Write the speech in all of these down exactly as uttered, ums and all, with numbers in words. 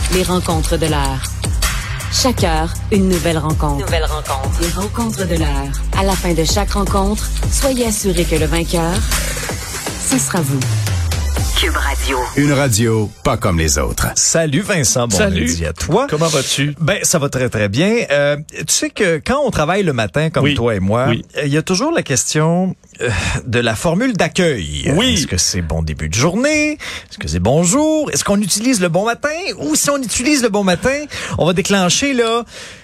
Les rencontres de l'heure. Chaque heure, une nouvelle rencontre. Nouvelle rencontre. Les rencontres de l'heure. À la fin de chaque rencontre, soyez assurés que le vainqueur, ce sera vous. Cube Radio. Une radio pas comme les autres. Salut Vincent, bon Salut. lundi à toi. Comment vas-tu? Ben ça va très très bien. Euh, tu sais que quand on travaille le matin comme Oui. toi et moi, Oui. il y a toujours la question euh, de la formule d'accueil. Oui. Est-ce que c'est bon début de journée? Est-ce que c'est bonjour? Est-ce qu'on utilise le bon matin? Ou si on utilise le bon matin, on va déclencher là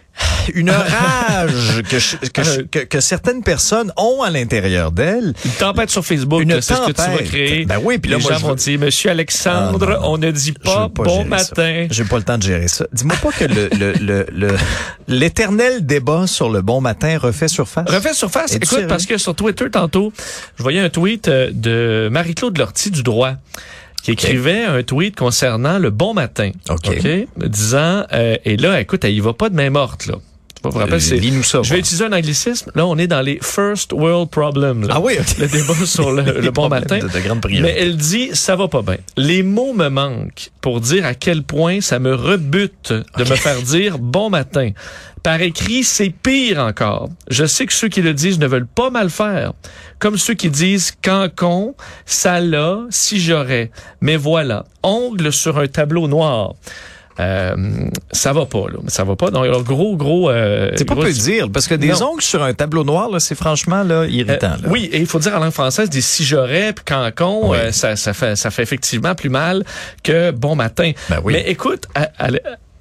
une rage que, que, que, que certaines personnes ont à l'intérieur d'elles. Une tempête sur Facebook, Une là, c'est ce que tu vas tempête. créer. Ben oui, puis là, les moi, gens je vont veux- dire, Monsieur Alexandre, Ah, non, non. on ne dit Je pas veux pas bon gérer matin. ça. J'ai pas le temps de gérer ça. Dis-moi pas que le, le, le, le- l'éternel débat sur le bon matin refait surface. Refais surface. Es-tu Écoute, sérieux? parce que sur Twitter, tantôt, je voyais un tweet euh, de Marie-Claude Lortie du Droit, qui écrivait un tweet concernant le bon matin. OK. Disant, euh, et là, écoute, elle y va pas de main morte, là. Je vous rappelle, c'est, Lis-nous ça. je vais voir. utiliser un anglicisme. Là, on est dans les first world problems. là. Ah oui, OK. Le débat sur le, le Les bon problèmes matin. De, de grande priorité. Mais elle dit, ça va pas bien. Les mots me manquent pour dire à quel point ça me rebute de Okay. me faire dire bon matin. Par écrit, c'est pire encore. Je sais que ceux qui le disent ne veulent pas mal faire. Comme ceux qui disent quand con, ça là, si j'aurais. Mais voilà, ongle sur un tableau noir. Euh, ça va pas, là. Ça va pas. Donc, alors, gros, gros... Euh, C'est pas gros- peu dire, parce que des Non. ongles sur un tableau noir, là, c'est franchement là, irritant. Euh, là. oui, et il faut dire en langue française des si j'aurais puis quand con, Oui. euh, ça, ça fait ça fait effectivement plus mal que bon matin. Ben oui. Mais écoute, à- à-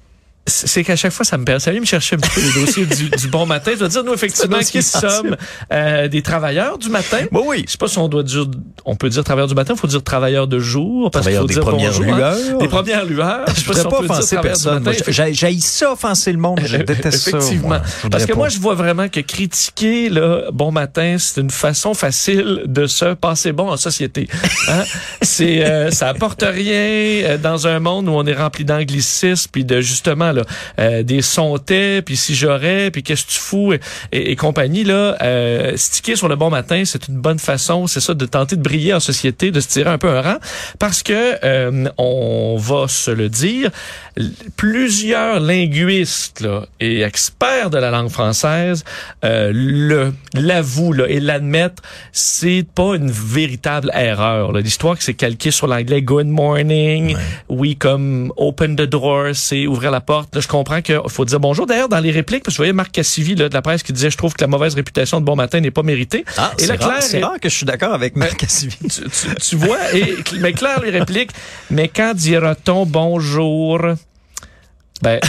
c'est qu'à chaque fois, ça me permet. Ça vient me chercher un petit peu le dossier du, du bon matin. Je dois dire, nous, effectivement, C'est un dossier qui sommes euh, des travailleurs du matin. Bon, oui. Je sais pas si on doit dire, on peut dire travailleurs du matin, il faut dire travailleurs de jour, parce qu'il Travailleurs faut des dire premières bonjour, hein. lueurs. Des premières lueurs. Je voudrais pas offenser personne. Moi, j'ai- J'haïs ça offenser le monde. Je déteste ça. Effectivement. moi. Je voudrais Parce que pas. moi, je vois vraiment que critiquer le bon matin, c'est une façon facile de se passer bon en société. Hein? c'est, euh, ça apporte rien euh, dans un monde où on est rempli d'anglicisme, puis de justement là, euh, des sontais, puis si j'aurais, puis qu'est-ce que tu fous et, et, et compagnie là. Euh, sticker sur le bon matin, c'est une bonne façon, c'est ça, de tenter de briller en société, de se tirer un peu un rang, parce que euh, on va se le dire, l- plusieurs linguistes là, et experts de la langue française euh, le l'avouent là, et l'admettent, c'est pas une véritable erreur. Là. L'histoire que c'est calqué sur l'anglais good morning, Ouais. oui, comme open the door, c'est ouvrir la porte. Là, je comprends qu'il faut dire bonjour. D'ailleurs, dans les répliques, parce que vous voyez Marc Cassivi là, de la presse qui disait, je trouve que la mauvaise réputation de bon matin n'est pas méritée. Ah, et c'est là, rare, Claire c'est est- rare que je suis d'accord avec Marc Cassivi. tu, tu, tu vois, et, mais Claire lui réplique, mais quand dira-t-on bonjour? Ben,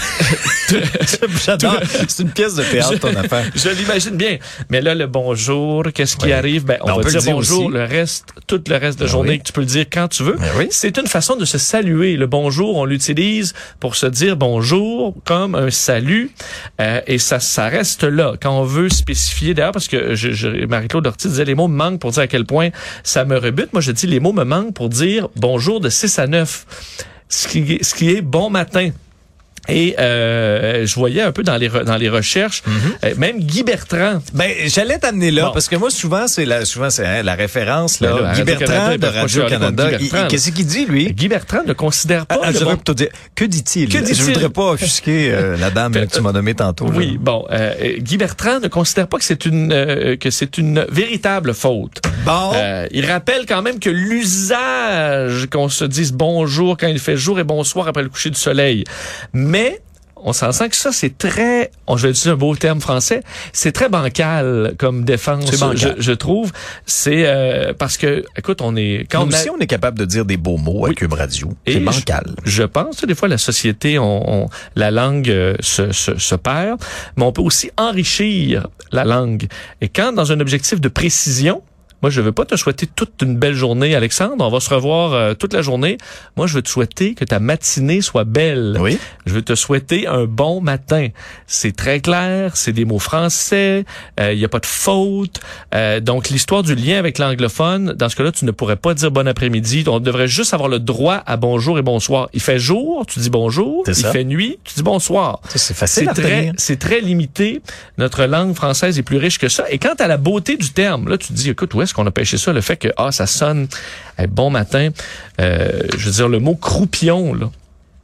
J'adore. C'est une pièce de théâtre, ton affaire. je l'imagine bien. Mais là, le bonjour, qu'est-ce qui Oui. arrive? Ben, on Ben, on va peut dire le dire bonjour aussi. le reste, tout le reste de Ben journée, oui. que tu peux le dire quand tu veux. Ben oui. C'est une façon de se saluer. Le bonjour, on l'utilise pour se dire bonjour comme un salut. Euh, et ça, ça reste là. Quand on veut spécifier, d'ailleurs, parce que je, je, Marie-Claude Lortie disait les mots me manquent pour dire à quel point ça me rebute. Moi, je dis les mots me manquent pour dire bonjour de six à neuf. Ce qui, est- ce qui est bon matin. Et euh, je voyais un peu dans les re- dans les recherches, euh, même Guy Bertrand. Ben, j'allais t'amener là, Bon. parce que moi, souvent, c'est la, souvent, c'est hein, la référence, là. Ben là, Guy Radio-Canada, Bertrand ils de peuvent pas chialer Radio-Canada. contre Guy Il- Bertrand. Qu'est-ce qu'il dit, lui? Guy Bertrand ne considère pas Ah, le je bon- voudrais plutôt dire, que dit-il? Que dit-il? Je voudrais pas offusquer euh, la dame là, que tu m'as nommée tantôt. là. Oui, bon, euh, Guy Bertrand ne considère pas que c'est une euh, que c'est une véritable faute. Bon. Euh, il rappelle quand même que l'usage qu'on se dise bonjour quand il fait jour et bonsoir après le coucher du soleil, mais on s'en sent que ça, c'est très, on, je vais utiliser un beau terme français, c'est très bancal comme défense, C'est bancal. je, je trouve. C'est euh, parce que, écoute, on est... Quand on a- aussi, on est capable de dire des beaux mots à Oui. Cube Radio. Et C'est bancal. Je, je pense, tu sais, des fois, la société, on, on- la langue euh, se, se, se perd, mais on peut aussi enrichir la langue. Et quand, dans un objectif de précision, moi, je veux pas te souhaiter toute une belle journée, Alexandre. On va se revoir euh, toute la journée. Moi, je veux te souhaiter que ta matinée soit belle. Oui. Je veux te souhaiter un bon matin. C'est très clair, c'est des mots français, il euh, n'y a pas de faute. Euh, donc, l'histoire du lien avec l'anglophone, dans ce cas-là, tu ne pourrais pas dire bon après-midi. On devrait juste avoir le droit à bonjour et bonsoir. Il fait jour, tu dis bonjour. C'est Il ça. fait nuit, tu dis bonsoir. Ça, c'est facile C'est à très, retenir. c'est très limité. Notre langue française est plus riche que ça. Et quant à la beauté du terme, là, tu te dis, écoute, où est-ce qu'on a pêché ça? Le fait que, ah, ça sonne, eh, bon matin. Euh, je veux dire, le mot croupion, là.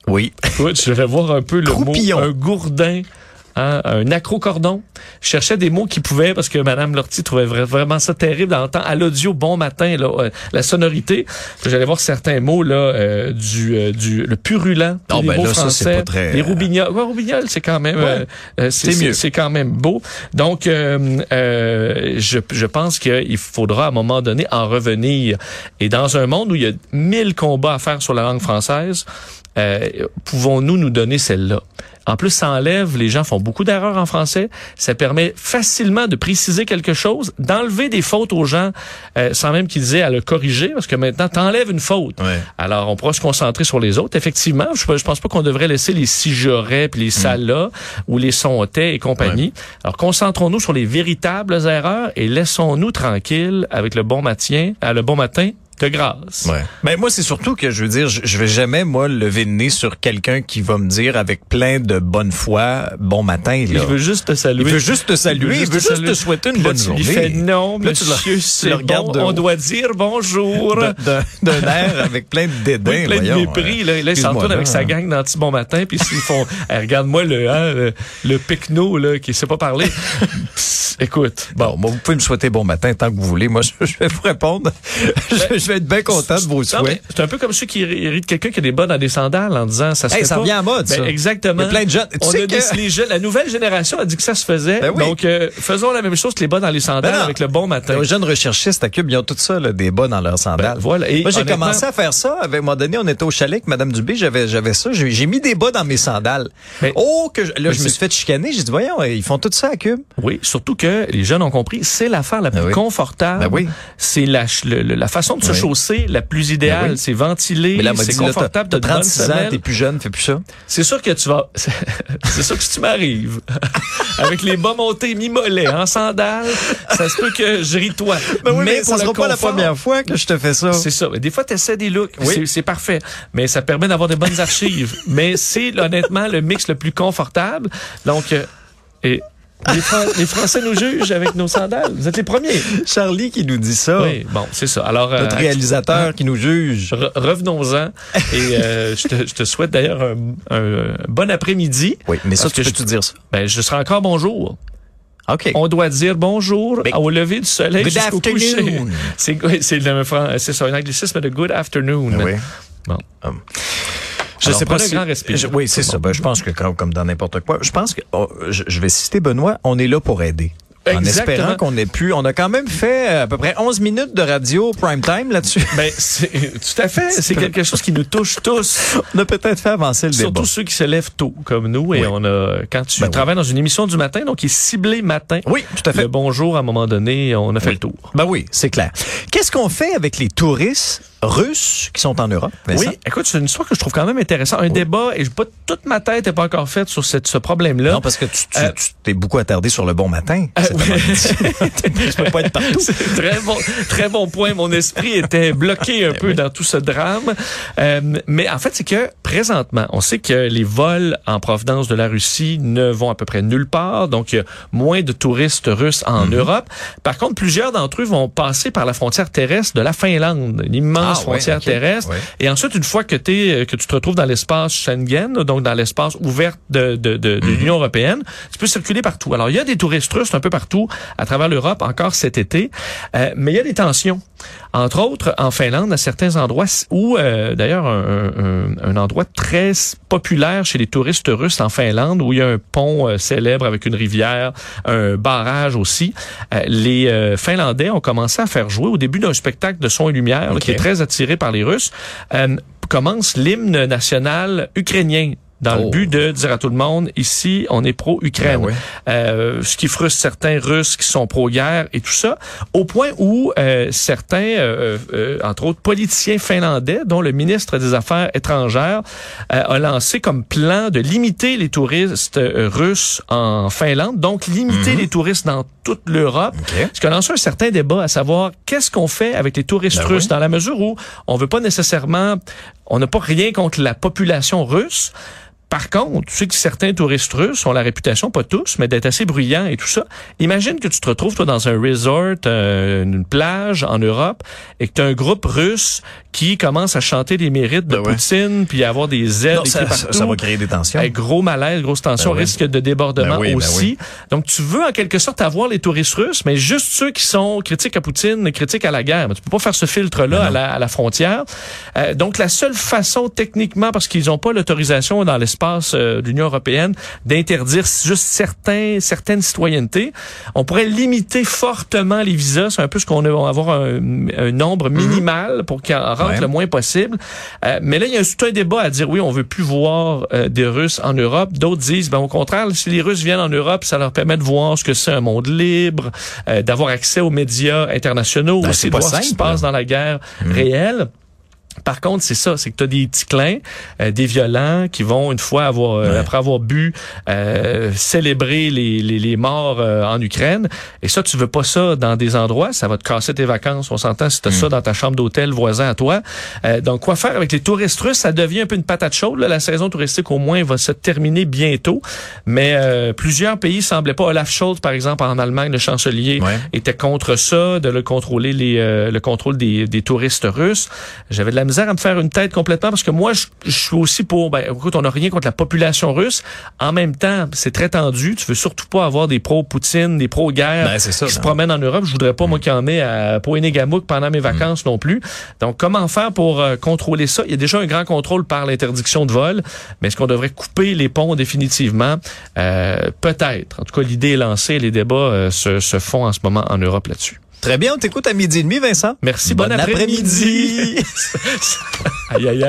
Oui. Écoute, je vais voir un peu le Croupillon. mot, un gourdin. Hein, un acrocordon. Je cherchais des mots qui pouvaient, parce que Mme Lortie trouvait vra- vraiment ça terrible d'entendre à l'audio bon matin, là, euh, la sonorité. J'allais voir certains mots, là, euh, du, euh, du, le purulent, Oh, les ben mots là, ça, français, c'est pas très- les roubignoles. Ouais, roubignoles, c'est quand même, Ouais. euh, euh, c'est, C'est mieux. c'est, c'est quand même beau. Donc, euh, euh, je, je pense qu'il faudra, à un moment donné, en revenir. Et dans un monde où il y a mille combats à faire sur la langue française, euh, pouvons-nous nous donner celle-là? En plus, ça enlève, les gens font beaucoup d'erreurs en français, ça permet facilement de préciser quelque chose, d'enlever des fautes aux gens euh, sans même qu'ils aient à le corriger, parce que maintenant, t'enlèves une faute. Ouais. Alors, on pourra se concentrer sur les autres. Effectivement, je, je pense pas qu'on devrait laisser les si j'aurais puis les ça là ou les sont-tais et compagnie. Ouais. Alors, concentrons-nous sur les véritables erreurs et laissons-nous tranquilles avec le bon matin, à le bon matin. De grâce. Ouais. Ben moi c'est surtout que je veux dire je, je vais jamais moi lever le nez sur quelqu'un qui va me dire avec plein de bonne foi bon matin là. Il veut juste te saluer. Il veut juste te saluer, il veut juste, il veut juste te souhaiter une là, bonne tu journée. Il fait non, là, monsieur, c'est bon, de on doit dire bonjour. D'un, d'un air avec plein de dédain, oui, plein voyons, de mépris. Là, là il s'entoure avec sa gang d'anti bon matin, puis s'ils font, hey, regarde-moi le, hein, le, le picno là qui sait pas parler. Psst, écoute, bon, moi vous pouvez me souhaiter bon matin tant que vous voulez. Moi je, je vais vous répondre. je, je vais être bien content de vos souhaits. C'est un peu comme ceux qui irritent quelqu'un qui a des bas dans des sandales en disant ça se hey, fait ça pas. revient en mode, ça. Ben, exactement. Il y a plein de jeunes. Tu On sais a que... des, les jeunes, la nouvelle génération a dit que ça se faisait. Ben oui. Donc, euh, faisons la même chose que les bas dans les sandales ben avec le bon matin. Les jeunes recherchistes à Cube, ils ont tout ça, là, des bas dans leurs sandales. Ben, voilà. Et moi, j'ai honnêtement... commencé à faire ça. Avec, à un moment donné, on était au chalet avec Mme Dubé, j'avais, j'avais ça. J'ai, j'ai mis des bas dans mes sandales. Ben, oh, que je, là, ben je me c'est... suis fait chicaner. J'ai dit, voyons, ils font tout ça à Cube. Oui, surtout que les jeunes ont compris, c'est l'affaire la plus ben oui. confortable. Ben oui. C'est la, le, la façon de se oui. chausser la plus idéale. Ben oui. C'est ventilé, mais là, c'est dit, confortable. T'as trente-six ans, t'es plus jeune, fais plus ça. C'est sûr que tu vas... c'est sûr que si tu m'arrives avec les bas montés mi-mollets en sandales, ça se peut que je ris toi. Ben oui, mais, mais ça sera confort, pas la première fois que je te fais ça. C'est ça. Des fois, tu essaies des looks. Oui. C'est, c'est parfait. Mais ça permet d'avoir des bonnes archives. Mais c'est honnêtement le mix le plus confortable. Donc, euh, et... Les, Fran- les Français nous jugent avec nos sandales. Vous êtes les premiers. Charlie qui nous dit ça. Oui, bon, c'est ça. Alors, notre euh, réalisateur euh, qui nous juge. Re- revenons-en. Et euh, je, te, je te souhaite d'ailleurs un, un bon après-midi. Oui, mais ça, tu peux je, te dire ça. Ben, je serai encore bonjour. OK. On doit dire bonjour mais, au lever du soleil good jusqu'au coucher. C'est, c'est, le, c'est ça, un anglicisme de good afternoon. Oui. Bon. Um. Je Alors, sais pas si... grand respect. Je, oui, c'est, c'est ça. Ben, je pense que comme dans n'importe quoi, je pense que oh, je, je vais citer Benoît, on est là pour aider. En Exactement. espérant qu'on ait pu. On a quand même fait à peu près onze minutes de radio prime time là-dessus. Ben, c'est, tout à fait. C'est quelque chose qui nous touche tous. On a peut-être fait avancer le Surtout débat. Surtout ceux qui se lèvent tôt, comme nous. Et oui. on a, quand tu ben travailles oui. dans une émission du matin, donc il est ciblé matin. Oui, tout à fait. Le bonjour, à un moment donné, on a fait oui. le tour. Ben oui, c'est clair. Qu'est-ce qu'on fait avec les touristes russes qui sont en Europe? Vincent? Oui, écoute, c'est une histoire que je trouve quand même intéressante. Un oui. débat, et pas toute ma tête n'est pas encore faite sur cette, ce problème-là. Non, parce que tu, tu, euh, tu t'es beaucoup attardé sur le bon matin. Euh, oui. Je peux pas être partout. C'est très bon, très bon point. Mon esprit était bloqué un peu oui. dans tout ce drame. Euh, mais en fait, c'est que présentement, on sait que les vols en provenance de la Russie ne vont à peu près nulle part. Donc, il y a moins de touristes russes en mm-hmm. Europe. Par contre, plusieurs d'entre eux vont passer par la frontière terrestre de la Finlande, une immense ah, frontière ouais, okay. terrestre. Ouais. Et ensuite, une fois que, t'es, que tu te retrouves dans l'espace Schengen, donc dans l'espace ouvert de, de, de, de mm-hmm. l'Union européenne, tu peux circuler partout. Alors, il y a des touristes russes un peu partout à travers l'Europe, encore cet été, euh, mais il y a des tensions. Entre autres, en Finlande, à certains endroits où, euh, d'ailleurs, un, un, un endroit très populaire chez les touristes russes en Finlande, où il y a un pont euh, célèbre avec une rivière, un barrage aussi, euh, les euh, Finlandais ont commencé à faire jouer au début d'un spectacle de son et lumière, okay. là, qui est très attiré par les Russes, euh, commence l'hymne national ukrainien. Dans oh. le but de dire à tout le monde, ici, on est pro-Ukraine. Ben ouais. euh, ce qui frustre certains Russes qui sont pro-guerre et tout ça, au point où euh, certains, euh, euh, entre autres politiciens finlandais, dont le ministre des Affaires étrangères, euh, a lancé comme plan de limiter les touristes euh, russes en Finlande, donc limiter mm-hmm. les touristes dans toute l'Europe. Okay. Ce qui a lancé un certain débat à savoir qu'est-ce qu'on fait avec les touristes ben russes, oui. dans la mesure où on veut pas nécessairement, on n'a pas rien contre la population russe. Par contre, tu sais que certains touristes russes ont la réputation, pas tous, mais d'être assez bruyants et tout ça. Imagine que tu te retrouves, toi, dans un resort, euh, une plage en Europe, et que tu as un groupe russe qui commencent à chanter les mérites de ben ouais. Poutine, puis à avoir des ailes non, ça, partout. ça va créer des tensions. Avec gros malaise, grosse tension, ben oui. risque de débordement ben oui, aussi. Ben oui. Donc, tu veux en quelque sorte avoir les touristes russes, mais juste ceux qui sont critiques à Poutine, critiques à la guerre. Mais tu peux pas faire ce filtre-là à la, à la frontière. Euh, donc, la seule façon, techniquement, parce qu'ils n'ont pas l'autorisation dans l'espace euh, de l'Union européenne, d'interdire juste certains, certaines citoyennetés, on pourrait limiter fortement les visas. C'est un peu ce qu'on va avoir un, un nombre minimal pour qu'il en rentre ouais. le moins possible. Euh, mais là, il y a tout un débat à dire, oui, on veut plus voir euh, des Russes en Europe. D'autres disent, ben, au contraire, si les Russes viennent en Europe, ça leur permet de voir ce que c'est un monde libre, euh, d'avoir accès aux médias internationaux, ben, aussi de voir simple, ce qui se passe dans la guerre mmh. réelle. Par contre, c'est ça, c'est que tu as des petits clins, euh, des violents qui vont, une fois avoir, euh, ouais. après avoir bu, euh, célébrer les, les, les morts euh, en Ukraine. Et ça, tu veux pas ça dans des endroits, ça va te casser tes vacances. On s'entend si tu as mm. ça dans ta chambre d'hôtel voisin à toi. Euh, donc, quoi faire avec les touristes russes? Ça devient un peu une patate chaude. Là. La saison touristique, au moins, va se terminer bientôt. Mais euh, plusieurs pays semblaient pas. Olaf Scholz, par exemple, en Allemagne, le chancelier, ouais. était contre ça, de le contrôler les, euh, le contrôle des, des touristes russes. J'avais de la misère à me faire une tête complètement parce que moi, je, je suis aussi pour, ben, écoute, on n'a rien contre la population russe. En même temps, c'est très tendu. Tu veux surtout pas avoir des pro-Poutine, des pro-guerre ben, c'est ça, qui non. se promènent en Europe. Je voudrais pas, mmh. moi, qu'il y en ait à Poénégamouk pendant mes vacances mmh. non plus. Donc, comment faire pour euh, contrôler ça? Il y a déjà un grand contrôle par l'interdiction de vol, mais est-ce qu'on devrait couper les ponts définitivement? Euh, peut-être. En tout cas, l'idée est lancée. Les débats euh, se, se font en ce moment en Europe là-dessus. Très bien, on t'écoute à midi et demi, Vincent. Merci, bon, bon après-midi. après-midi. Aïe, aïe, aïe.